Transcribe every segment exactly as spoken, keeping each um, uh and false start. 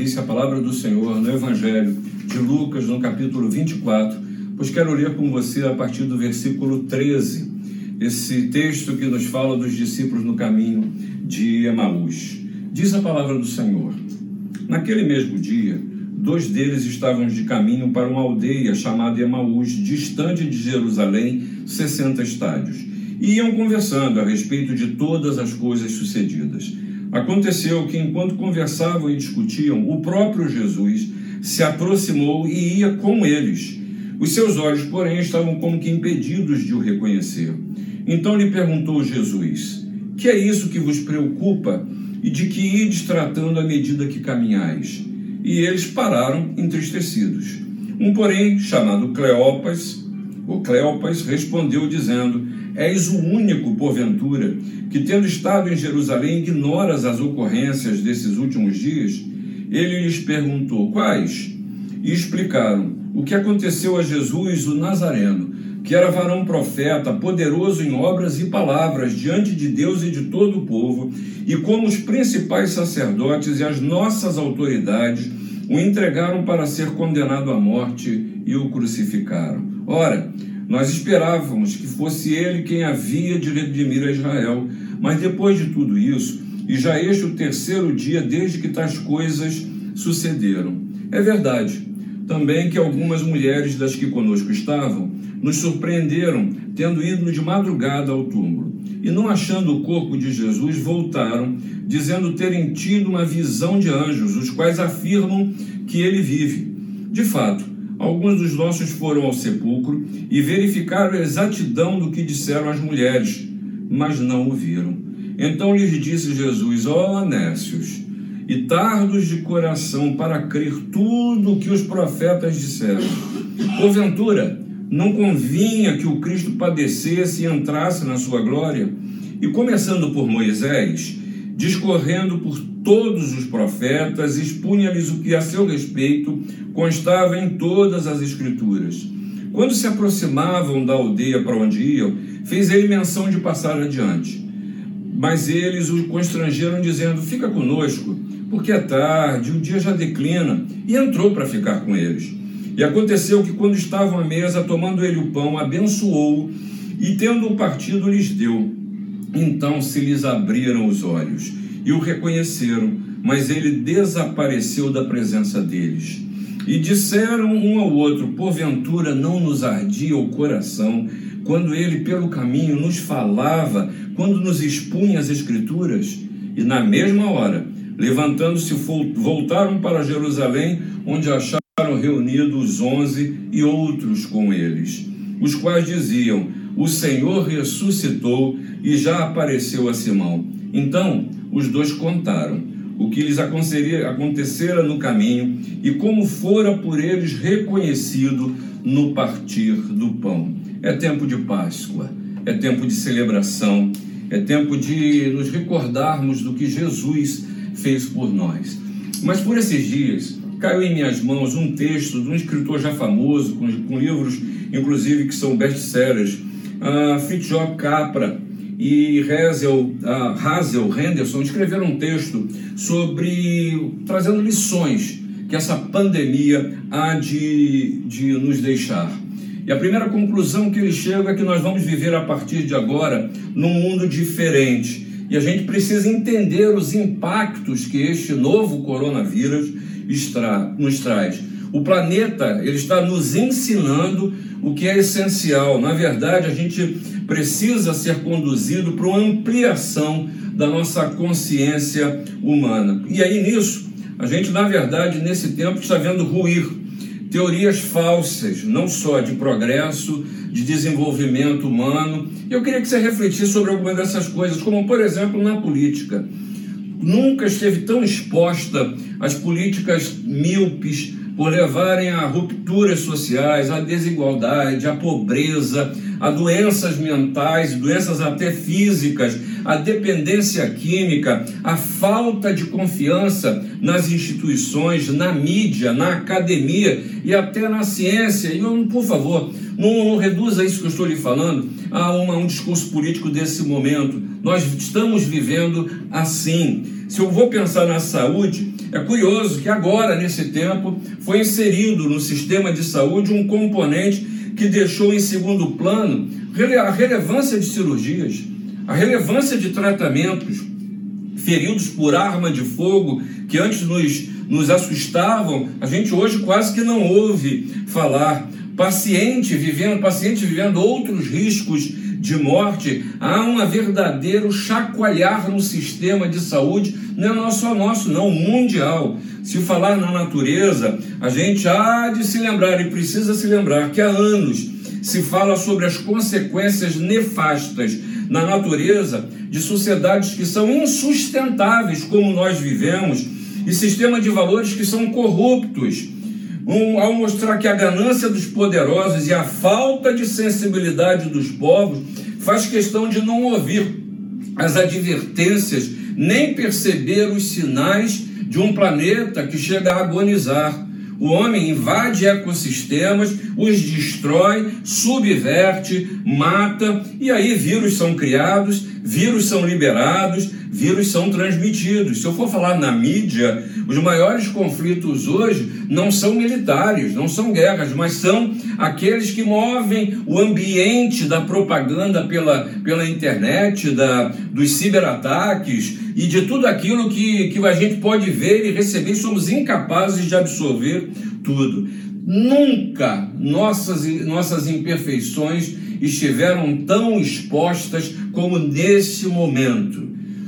abrisse a palavra do Senhor no Evangelho de Lucas, no capítulo vinte e quatro, pois quero ler com você a partir do versículo treze, esse texto que nos fala dos discípulos no caminho de Emaús. Diz a palavra do Senhor: naquele mesmo dia, dois deles estavam de caminho para uma aldeia chamada Emaús, distante de Jerusalém, sessenta estádios, e iam conversando a respeito de todas as coisas sucedidas. Aconteceu que, enquanto conversavam e discutiam, o próprio Jesus se aproximou e ia com eles. Os seus olhos, porém, estavam como que impedidos de o reconhecer. Então lhe perguntou Jesus: que é isso que vos preocupa e de que ides tratando à medida que caminhais? E eles pararam entristecidos. Um, porém, chamado Cleopas, ou Cleopas, respondeu dizendo: és o único, porventura, que, tendo estado em Jerusalém, ignoras as ocorrências desses últimos dias? Ele lhes perguntou: quais? E explicaram o que aconteceu a Jesus, o Nazareno, que era varão profeta, poderoso em obras e palavras diante de Deus e de todo o povo, e como os principais sacerdotes e as nossas autoridades o entregaram para ser condenado à morte e o crucificaram. Ora, nós esperávamos que fosse ele quem havia de redimir a Israel, mas depois de tudo isso, e já este o terceiro dia desde que tais coisas sucederam. É verdade também que algumas mulheres das que conosco estavam nos surpreenderam, tendo ido de madrugada ao túmulo, e não achando o corpo de Jesus, voltaram, dizendo terem tido uma visão de anjos, os quais afirmam que ele vive. De fato, alguns dos nossos foram ao sepulcro e verificaram a exatidão do que disseram as mulheres, mas não o viram. Então lhes disse Jesus: ó nécios e tardos de coração para crer tudo o que os profetas disseram. Porventura, não convinha que o Cristo padecesse e entrasse na sua glória? E começando por Moisés, discorrendo por todos os profetas, expunha-lhes o que a seu respeito constava em todas as Escrituras. Quando se aproximavam da aldeia para onde iam, fez ele menção de passar adiante. Mas eles o constrangeram, dizendo: fica conosco, porque é tarde, o dia já declina, e entrou para ficar com eles. E aconteceu que, quando estavam à mesa, tomando ele o pão, abençoou-o, e tendo-o partido, lhes deu. Então se lhes abriram os olhos, e o reconheceram, mas ele desapareceu da presença deles. E disseram um ao outro: porventura não nos ardia o coração, quando ele pelo caminho nos falava, quando nos expunha as Escrituras? E na mesma hora, levantando-se, voltaram para Jerusalém, onde acharam reunidos os onze e outros com eles, os quais diziam: o Senhor ressuscitou e já apareceu a Simão. Então os dois contaram o que lhes acontecera no caminho e como fora por eles reconhecido no partir do pão. É tempo de Páscoa, é tempo de celebração, é tempo de nos recordarmos do que Jesus fez por nós. Mas por esses dias caiu em minhas mãos um texto de um escritor já famoso, com, com livros inclusive que são best-sellers, uh, Fritjof Capra e Hazel, uh, Hazel Henderson escreveram um texto sobre, trazendo lições que essa pandemia há de, de nos deixar. E a primeira conclusão que ele chega é que nós vamos viver a partir de agora num mundo diferente. E a gente precisa entender os impactos que este novo coronavírus extra, nos traz. O planeta ele está nos ensinando o que é essencial. Na verdade, a gente precisa ser conduzido para uma ampliação da nossa consciência humana. E aí nisso, a gente, na verdade, nesse tempo está vendo ruir teorias falsas, não só de progresso, de desenvolvimento humano. Eu queria que você refletisse sobre algumas dessas coisas, como, por exemplo, na política. Nunca esteve tão exposta às políticas míopes por levarem a rupturas sociais, à desigualdade, à pobreza, a doenças mentais, doenças até físicas, a dependência química, a falta de confiança nas instituições, na mídia, na academia e até na ciência. E, por favor, Não, não reduza isso que eu estou lhe falando a uma, um discurso político desse momento. Nós estamos vivendo assim. Se eu vou pensar na saúde, é curioso que agora, nesse tempo, foi inserido no sistema de saúde um componente que deixou em segundo plano a relevância de cirurgias, a relevância de tratamentos, feridos por arma de fogo, que antes nos, nos assustavam, a gente hoje quase que não ouve falar. Paciente vivendo, paciente vivendo outros riscos de morte. Há um verdadeiro chacoalhar no sistema de saúde, não é só nosso, não, mundial. Se falar na natureza, a gente há de se lembrar, e precisa se lembrar, que há anos se fala sobre as consequências nefastas na natureza de sociedades que são insustentáveis, como nós vivemos, e sistemas de valores que são corruptos. Um, ao mostrar que a ganância dos poderosos e a falta de sensibilidade dos povos faz questão de não ouvir as advertências, nem perceber os sinais de um planeta que chega a agonizar. O homem invade ecossistemas, os destrói, subverte, mata, e aí vírus são criados, vírus são liberados, vírus são transmitidos. Se eu for falar na mídia, os maiores conflitos hoje não são militares, não são guerras, mas são aqueles que movem o ambiente da propaganda pela, pela internet, da, dos ciberataques e de tudo aquilo que, que a gente pode ver e receber e somos incapazes de absorver tudo. Nunca nossas, nossas imperfeições estiveram tão expostas como nesse momento.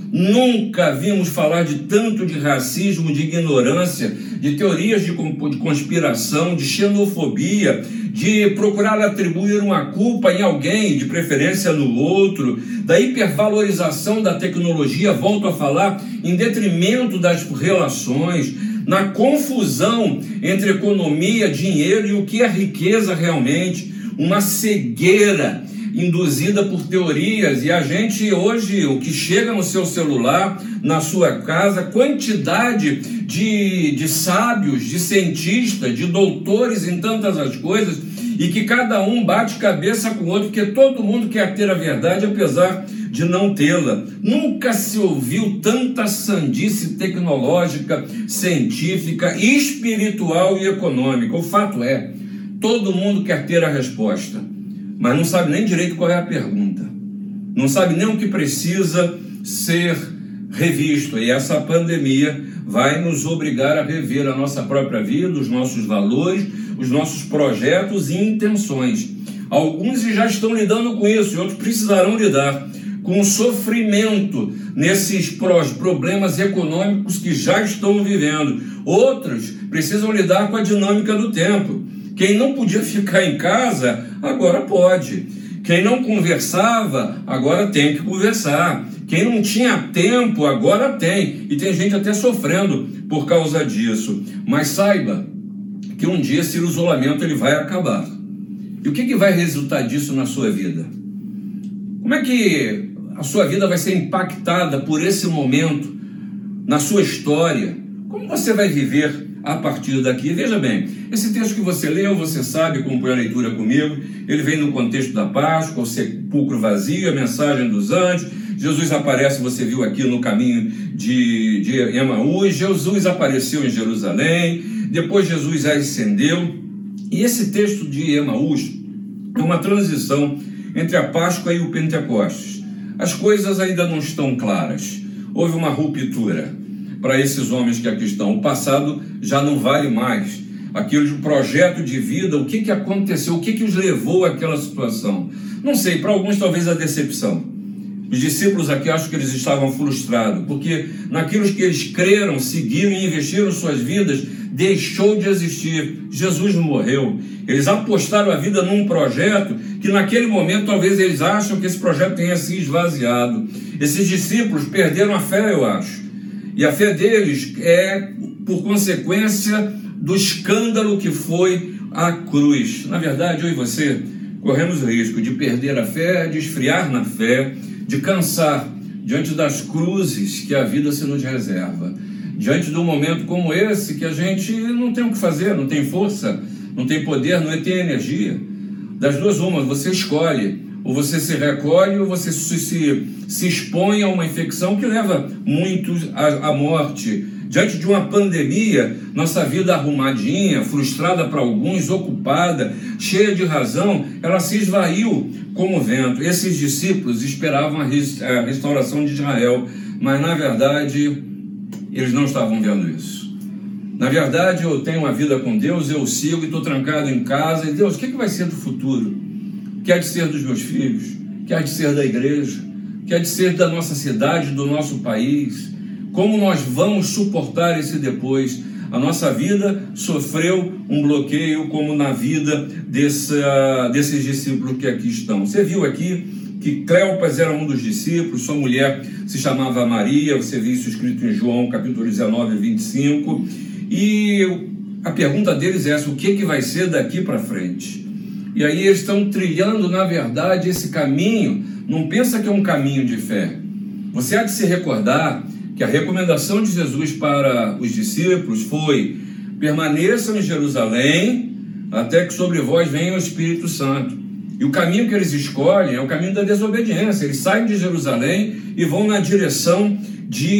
Nunca vimos falar de tanto de racismo, de ignorância, de teorias de conspiração, de xenofobia, de procurar atribuir uma culpa em alguém, de preferência no outro, da hipervalorização da tecnologia, volto a falar, em detrimento das relações, na confusão entre economia, dinheiro e o que é riqueza realmente, uma cegueira induzida por teorias, e a gente hoje, o que chega no seu celular, na sua casa, quantidade de, de sábios, de cientistas, de doutores em tantas as coisas, e que cada um bate cabeça com o outro, porque todo mundo quer ter a verdade, apesar de não tê-la. Nunca se ouviu tanta sandice tecnológica, científica, espiritual e econômica. O fato é, todo mundo quer ter a resposta, mas não sabe nem direito qual é a pergunta, não sabe nem o que precisa ser revisto, e essa pandemia vai nos obrigar a rever a nossa própria vida, os nossos valores, os nossos projetos e intenções. Alguns já estão lidando com isso, e outros precisarão lidar com o sofrimento nesses problemas econômicos que já estão vivendo. Outros precisam lidar com a dinâmica do tempo. Quem não podia ficar em casa, agora pode. Quem não conversava, agora tem que conversar. Quem não tinha tempo, agora tem. E tem gente até sofrendo por causa disso. Mas saiba que um dia esse isolamento ele vai acabar. E o que, que vai resultar disso na sua vida? Como é que a sua vida vai ser impactada por esse momento na sua história? Como você vai viver a partir daqui? Veja bem, esse texto que você leu, você sabe, acompanhou a leitura comigo, ele vem no contexto da Páscoa, o sepulcro vazio, a mensagem dos anjos. Jesus aparece, você viu aqui no caminho de, de Emaús, Jesus apareceu em Jerusalém, depois Jesus ascendeu, e esse texto de Emaús é uma transição entre a Páscoa e o Pentecostes. As coisas ainda não estão claras, houve uma ruptura para esses homens que aqui estão. O passado já não vale mais. Aquele projeto de vida, o que, que aconteceu, o que, que os levou àquela situação? Não sei, para alguns talvez a decepção. Os discípulos aqui acham que eles estavam frustrados, porque naquilo que eles creram, seguiram e investiram suas vidas, deixou de existir. Jesus morreu. Eles apostaram a vida num projeto que naquele momento talvez eles acham que esse projeto tenha se esvaziado. Esses discípulos perderam a fé, eu acho. E a fé deles é por consequência do escândalo que foi a cruz. Na verdade, eu e você corremos o risco de perder a fé, de esfriar na fé, de cansar diante das cruzes que a vida se nos reserva. Diante de um momento como esse, que a gente não tem o que fazer, não tem força, não tem poder, não tem energia. Das duas uma, você escolhe, ou você se recolhe, ou você se, se, se expõe a uma infecção que leva muitos à, à morte. Diante de uma pandemia, nossa vida arrumadinha, frustrada para alguns, ocupada, cheia de razão, ela se esvaiu como vento. Esses discípulos esperavam a restauração de Israel, mas na verdade eles não estavam vendo isso. Na verdade, eu tenho uma vida com Deus, eu sigo e estou trancado em casa, e Deus, o que, que vai ser do futuro? O que há de ser dos meus filhos? O que há de ser da igreja? O que há de ser da nossa cidade, do nosso país? Como nós vamos suportar esse depois? A nossa vida sofreu um bloqueio, como na vida desse, uh, desses discípulos que aqui estão. Você viu aqui que Cleopas era um dos discípulos, sua mulher se chamava Maria, você viu isso escrito em João capítulo dezenove, vinte e cinco, e a pergunta deles é essa: o que, que vai ser daqui para frente? E aí eles estão trilhando, na verdade, esse caminho. Não pensa que é um caminho de fé. Você há de se recordar que a recomendação de Jesus para os discípulos foi: permaneçam em Jerusalém até que sobre vós venha o Espírito Santo. E o caminho que eles escolhem é o caminho da desobediência. Eles saem de Jerusalém e vão na direção de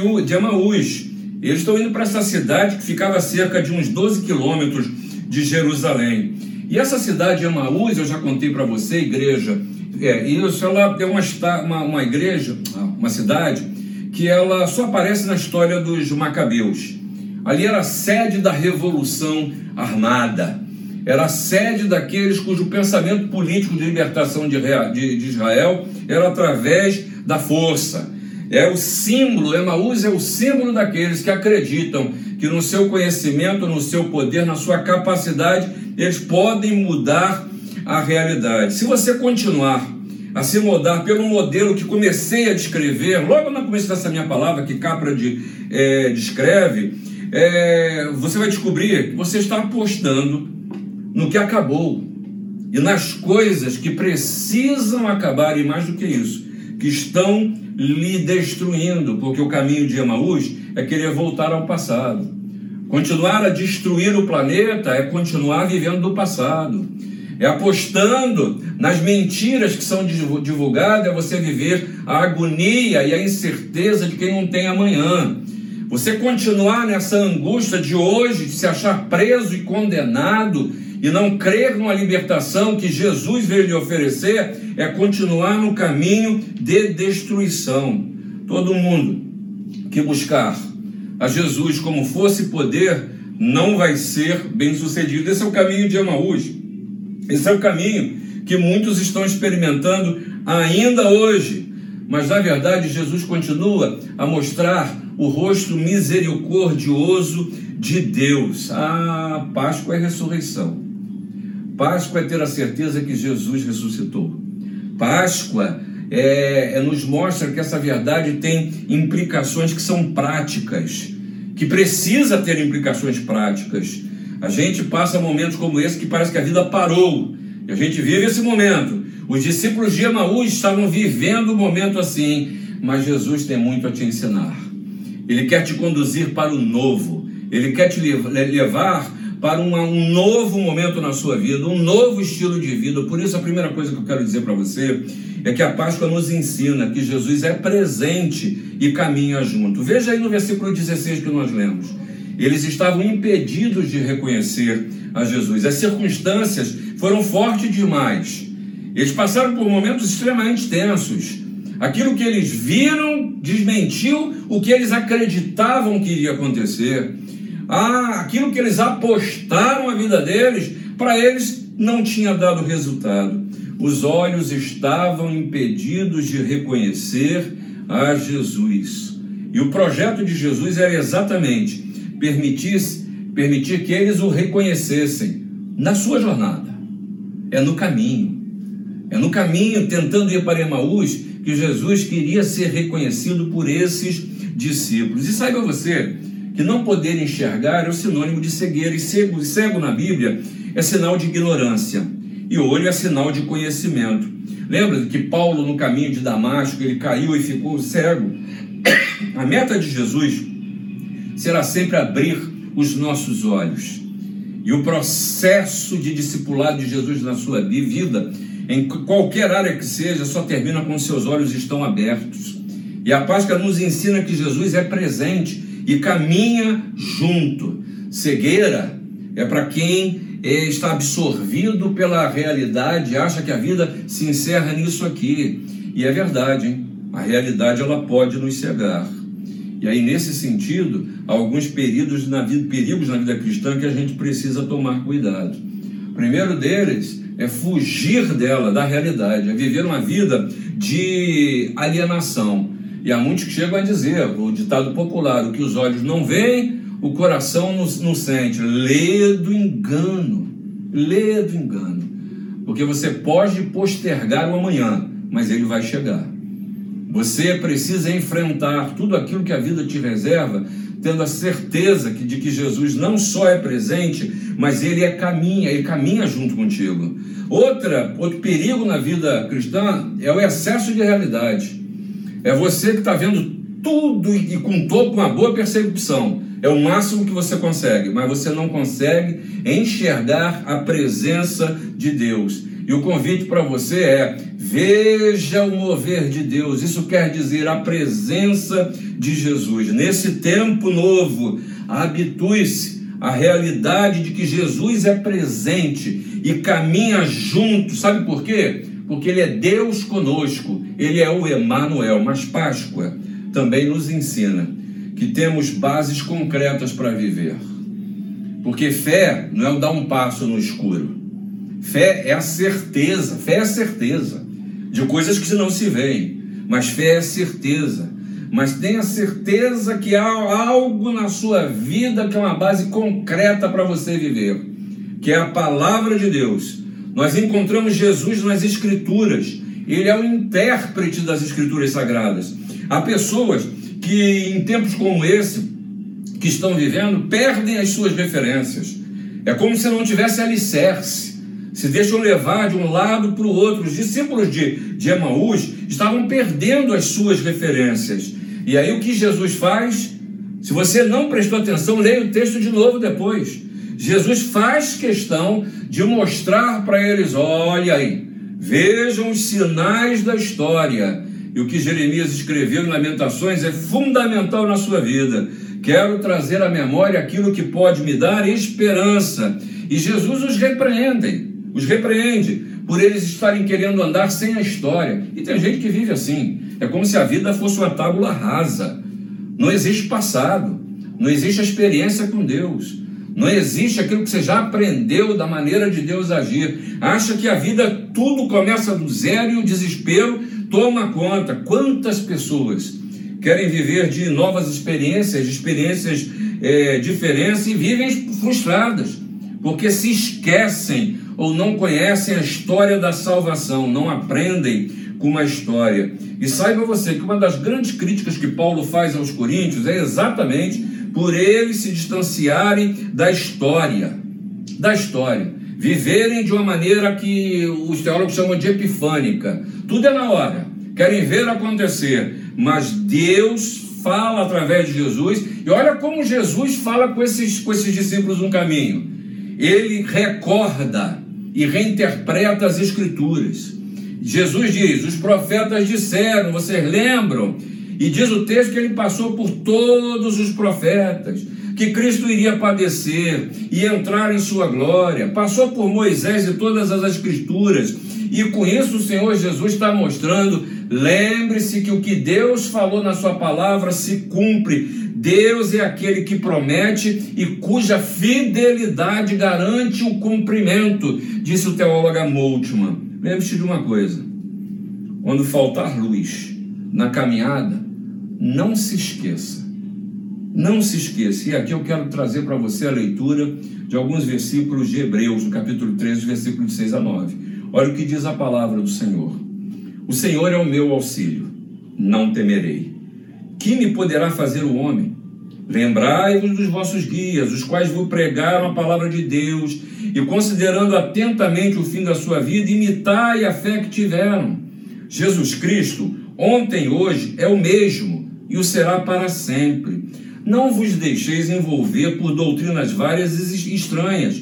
Emaús. Eles estão indo para essa cidade que ficava a cerca de uns doze quilômetros de Jerusalém. E essa cidade de Emaús, eu já contei para você, igreja, é, isso ela é uma, uma, uma igreja, uma cidade que ela só aparece na história dos Macabeus. Ali era a sede da Revolução Armada, era a sede daqueles cujo pensamento político de libertação de, de, de Israel era através da força. É o símbolo, Emaús é o símbolo daqueles que acreditam que no seu conhecimento, no seu poder, na sua capacidade, eles podem mudar a realidade. Se você continuar a se moldar pelo modelo que comecei a descrever, logo no começo dessa minha palavra, que Capra de, é, descreve, é, você vai descobrir que você está apostando no que acabou e nas coisas que precisam acabar, e mais do que isso, que estão lhe destruindo, porque o caminho de Emaús é querer voltar ao passado. Continuar a destruir o planeta é continuar vivendo do passado. É apostando nas mentiras que são divulgadas, é você viver a agonia e a incerteza de quem não tem amanhã. Você continuar nessa angústia de hoje, de se achar preso e condenado e não crer numa libertação que Jesus veio lhe oferecer, é continuar no caminho de destruição. Todo mundo que buscar a Jesus como força e poder não vai ser bem sucedido. Esse é o caminho de Emaús. Esse é o caminho que muitos estão experimentando ainda hoje. Mas na verdade Jesus continua a mostrar o rosto misericordioso de Deus. Ah, Páscoa é ressurreição. Páscoa é ter a certeza que Jesus ressuscitou. Páscoa é, é, nos mostra que essa verdade tem implicações que são práticas, que precisa ter implicações práticas. A gente passa momentos como esse que parece que a vida parou, e a gente vive esse momento. Os discípulos de Emaús estavam vivendo um momento assim, mas Jesus tem muito a te ensinar. Ele quer te conduzir para o novo, Ele quer te levar para uma, um novo momento na sua vida, um novo estilo de vida. Por isso a primeira coisa que eu quero dizer para você é que a Páscoa nos ensina que Jesus é presente e caminha junto. Veja aí no versículo dezesseis que nós lemos. Eles estavam impedidos de reconhecer a Jesus. As circunstâncias foram fortes demais. Eles passaram por momentos extremamente tensos. Aquilo que eles viram desmentiu o que eles acreditavam que iria acontecer. Ah, aquilo que eles apostaram a vida deles, para eles não tinha dado resultado. Os olhos estavam impedidos de reconhecer a Jesus. E o projeto de Jesus era exatamente permitir, permitir que eles o reconhecessem na sua jornada. É no caminho. É no caminho, tentando ir para Emaús, que Jesus queria ser reconhecido por esses discípulos. E saiba você que não poder enxergar é o sinônimo de cegueira, e cego, cego na Bíblia é sinal de ignorância, e olho é sinal de conhecimento. Lembra que Paulo, no caminho de Damasco, ele caiu e ficou cego? A meta de Jesus será sempre abrir os nossos olhos. E o processo de discipulado de Jesus na sua vida, em qualquer área que seja, só termina quando seus olhos estão abertos. E a Páscoa nos ensina que Jesus é presente e caminha junto. Cegueira é para quem está absorvido pela realidade, acha que a vida se encerra nisso aqui. E é verdade, hein? A realidade ela pode nos cegar. E aí, nesse sentido, há alguns perigos na vida, perigos na vida cristã que a gente precisa tomar cuidado. O primeiro deles é fugir dela, da realidade, é viver uma vida de alienação. E há muitos que chegam a dizer, o ditado popular, o que os olhos não veem, o coração não, não sente. Lê do engano, lê do engano. Porque você pode postergar o amanhã, mas ele vai chegar. Você precisa enfrentar tudo aquilo que a vida te reserva, tendo a certeza que, de que Jesus não só é presente, mas ele é caminha, ele caminha junto contigo. Outra, outro perigo na vida cristã é o excesso de realidade. É você que está vendo tudo e contou com uma boa percepção. É o máximo que você consegue, mas você não consegue enxergar a presença de Deus. E o convite para você é: veja o mover de Deus. Isso quer dizer a presença de Jesus. Nesse tempo novo, habitue-se à realidade de que Jesus é presente e caminha junto. Sabe por quê? Porque ele é Deus conosco. Ele é o Emanuel. Mas Páscoa também nos ensina que temos bases concretas para viver. Porque fé não é o dar um passo no escuro. Fé é a certeza, fé é a certeza de coisas que não se veem, mas fé é certeza. Mas tenha certeza que há algo na sua vida que é uma base concreta para você viver, que é a palavra de Deus. Nós encontramos Jesus nas Escrituras, ele é o intérprete das Escrituras Sagradas. Há pessoas que em tempos como esse, que estão vivendo, perdem as suas referências. É como se não tivesse alicerce. Se deixam levar de um lado para o outro. Os discípulos de, de Emaús estavam perdendo as suas referências. E aí o que Jesus faz? Se você não prestou atenção, leia o texto de novo depois. Jesus faz questão de mostrar para eles: olha aí, vejam os sinais da história. E o que Jeremias escreveu em Lamentações é fundamental na sua vida. Quero trazer à memória aquilo que pode me dar esperança. E Jesus os repreende. Os repreende por eles estarem querendo andar sem a história. E tem gente que vive assim. É como se a vida fosse uma tábula rasa. Não existe passado. Não existe a experiência com Deus. Não existe aquilo que você já aprendeu da maneira de Deus agir. Acha que a vida tudo começa do zero e o desespero toma conta. Quantas pessoas querem viver de novas experiências, de experiências é, diferentes, e vivem frustradas, porque se esquecem ou não conhecem a história da salvação, não aprendem com uma história. E saiba você que uma das grandes críticas que Paulo faz aos coríntios é exatamente por eles se distanciarem da história, da história, viverem de uma maneira que os teólogos chamam de epifânica. Tudo é na hora, querem ver acontecer, mas Deus fala através de Jesus. E olha como Jesus fala com esses, com esses discípulos no caminho. Ele recorda e reinterpreta as Escrituras. Jesus diz: os profetas disseram, vocês lembram? E diz o texto que ele passou por todos os profetas, que Cristo iria padecer e entrar em sua glória. Passou por Moisés e todas as Escrituras. E com isso o Senhor Jesus está mostrando: lembre-se que o que Deus falou na sua palavra se cumpre. Deus é aquele que promete e cuja fidelidade garante o cumprimento, disse o teólogo Moltmann. Lembre-se de uma coisa: quando faltar luz na caminhada, não se esqueça, não se esqueça. E aqui eu quero trazer para você a leitura de alguns versículos de Hebreus, no capítulo treze, versículos de seis a nove. Olha o que diz a palavra do Senhor: o Senhor é o meu auxílio, não temerei. Que me poderá fazer o homem? Lembrai-vos dos vossos guias, os quais vos pregaram a palavra de Deus, e considerando atentamente o fim da sua vida, imitai a fé que tiveram. Jesus Cristo, ontem e hoje, é o mesmo, e o será para sempre. Não vos deixeis envolver por doutrinas várias e estranhas,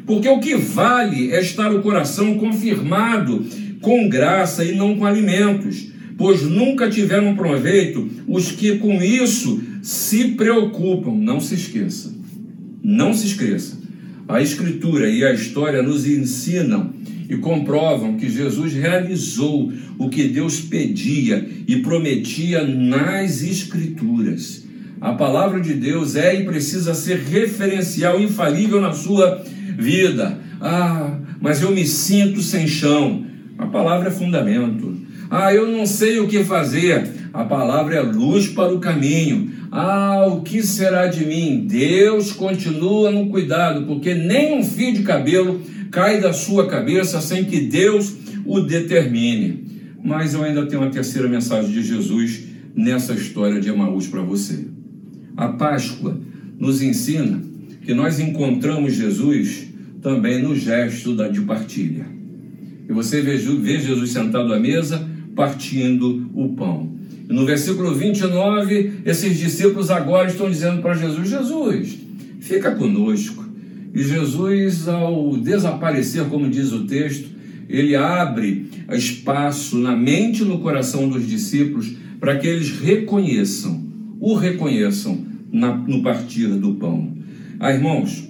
Porque o que vale é estar o coração confirmado com graça e não com alimentos, pois nunca tiveram proveito os que com isso se preocupam. Não se esqueça, não se esqueça. A Escritura e a história nos ensinam e comprovam que Jesus realizou o que Deus pedia e prometia nas Escrituras. A palavra de Deus é e precisa ser referencial infalível na sua vida. Ah, mas eu me sinto sem chão. A palavra é fundamento. Ah, eu não sei o que fazer. A palavra é luz para o caminho. Ah, o que será de mim? Deus continua no cuidado, porque nem um fio de cabelo cai da sua cabeça sem que Deus o determine. Mas eu ainda tenho uma terceira mensagem de Jesus nessa história de Emaús para você. A Páscoa nos ensina que nós encontramos Jesus também no gesto de partilha. E você vê Jesus sentado à mesa, partindo o pão. E no versículo vinte e nove, esses discípulos agora estão dizendo para Jesus: Jesus, fica conosco. E Jesus, ao desaparecer, como diz o texto, ele abre espaço na mente e no coração dos discípulos para que eles reconheçam, o reconheçam na, no partir do pão. Ah, irmãos,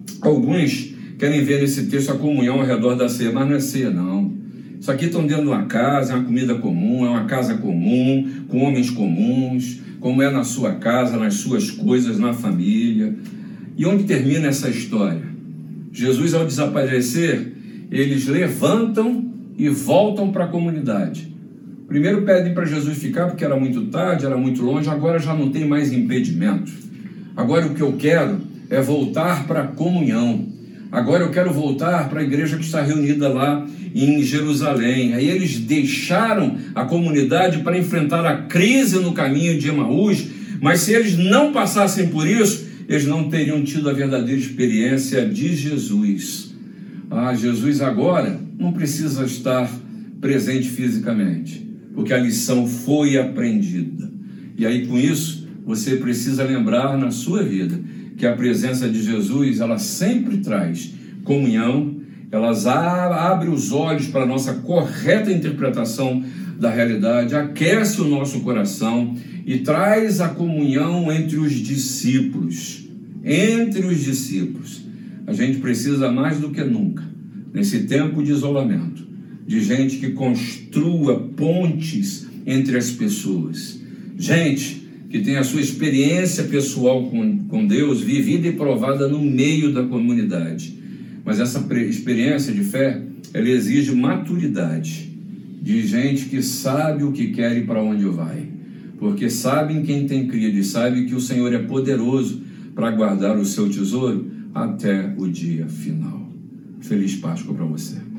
alguns querem ver nesse texto a comunhão ao redor da ceia, mas não é ceia, não. Isso aqui estão dentro de uma casa, é uma comida comum, é uma casa comum, com homens comuns, como é na sua casa, nas suas coisas, na família. E onde termina essa história? Jesus, ao desaparecer, eles levantam e voltam para a comunidade. Primeiro pedem para Jesus ficar, porque era muito tarde, era muito longe, agora já não tem mais impedimento. Agora o que eu quero é voltar para a comunhão. Agora eu quero voltar para a igreja que está reunida lá em Jerusalém. Aí eles deixaram a comunidade para enfrentar a crise no caminho de Emaús, mas se eles não passassem por isso, eles não teriam tido a verdadeira experiência de Jesus. Ah, Jesus agora não precisa estar presente fisicamente, porque a lição foi aprendida. E aí com isso, você precisa lembrar na sua vida que a presença de Jesus, ela sempre traz comunhão, elas abre os olhos para a nossa correta interpretação da realidade, aquece o nosso coração e traz a comunhão entre os discípulos. Entre os discípulos. A gente precisa mais do que nunca, nesse tempo de isolamento, de gente que construa pontes entre as pessoas. Gente que tem a sua experiência pessoal com, com Deus, vivida e provada no meio da comunidade. Mas essa experiência de fé, ela exige maturidade, de gente que sabe o que quer e para onde vai, porque sabe em quem tem crido e sabe que o Senhor é poderoso para guardar o seu tesouro até o dia final. Feliz Páscoa para você.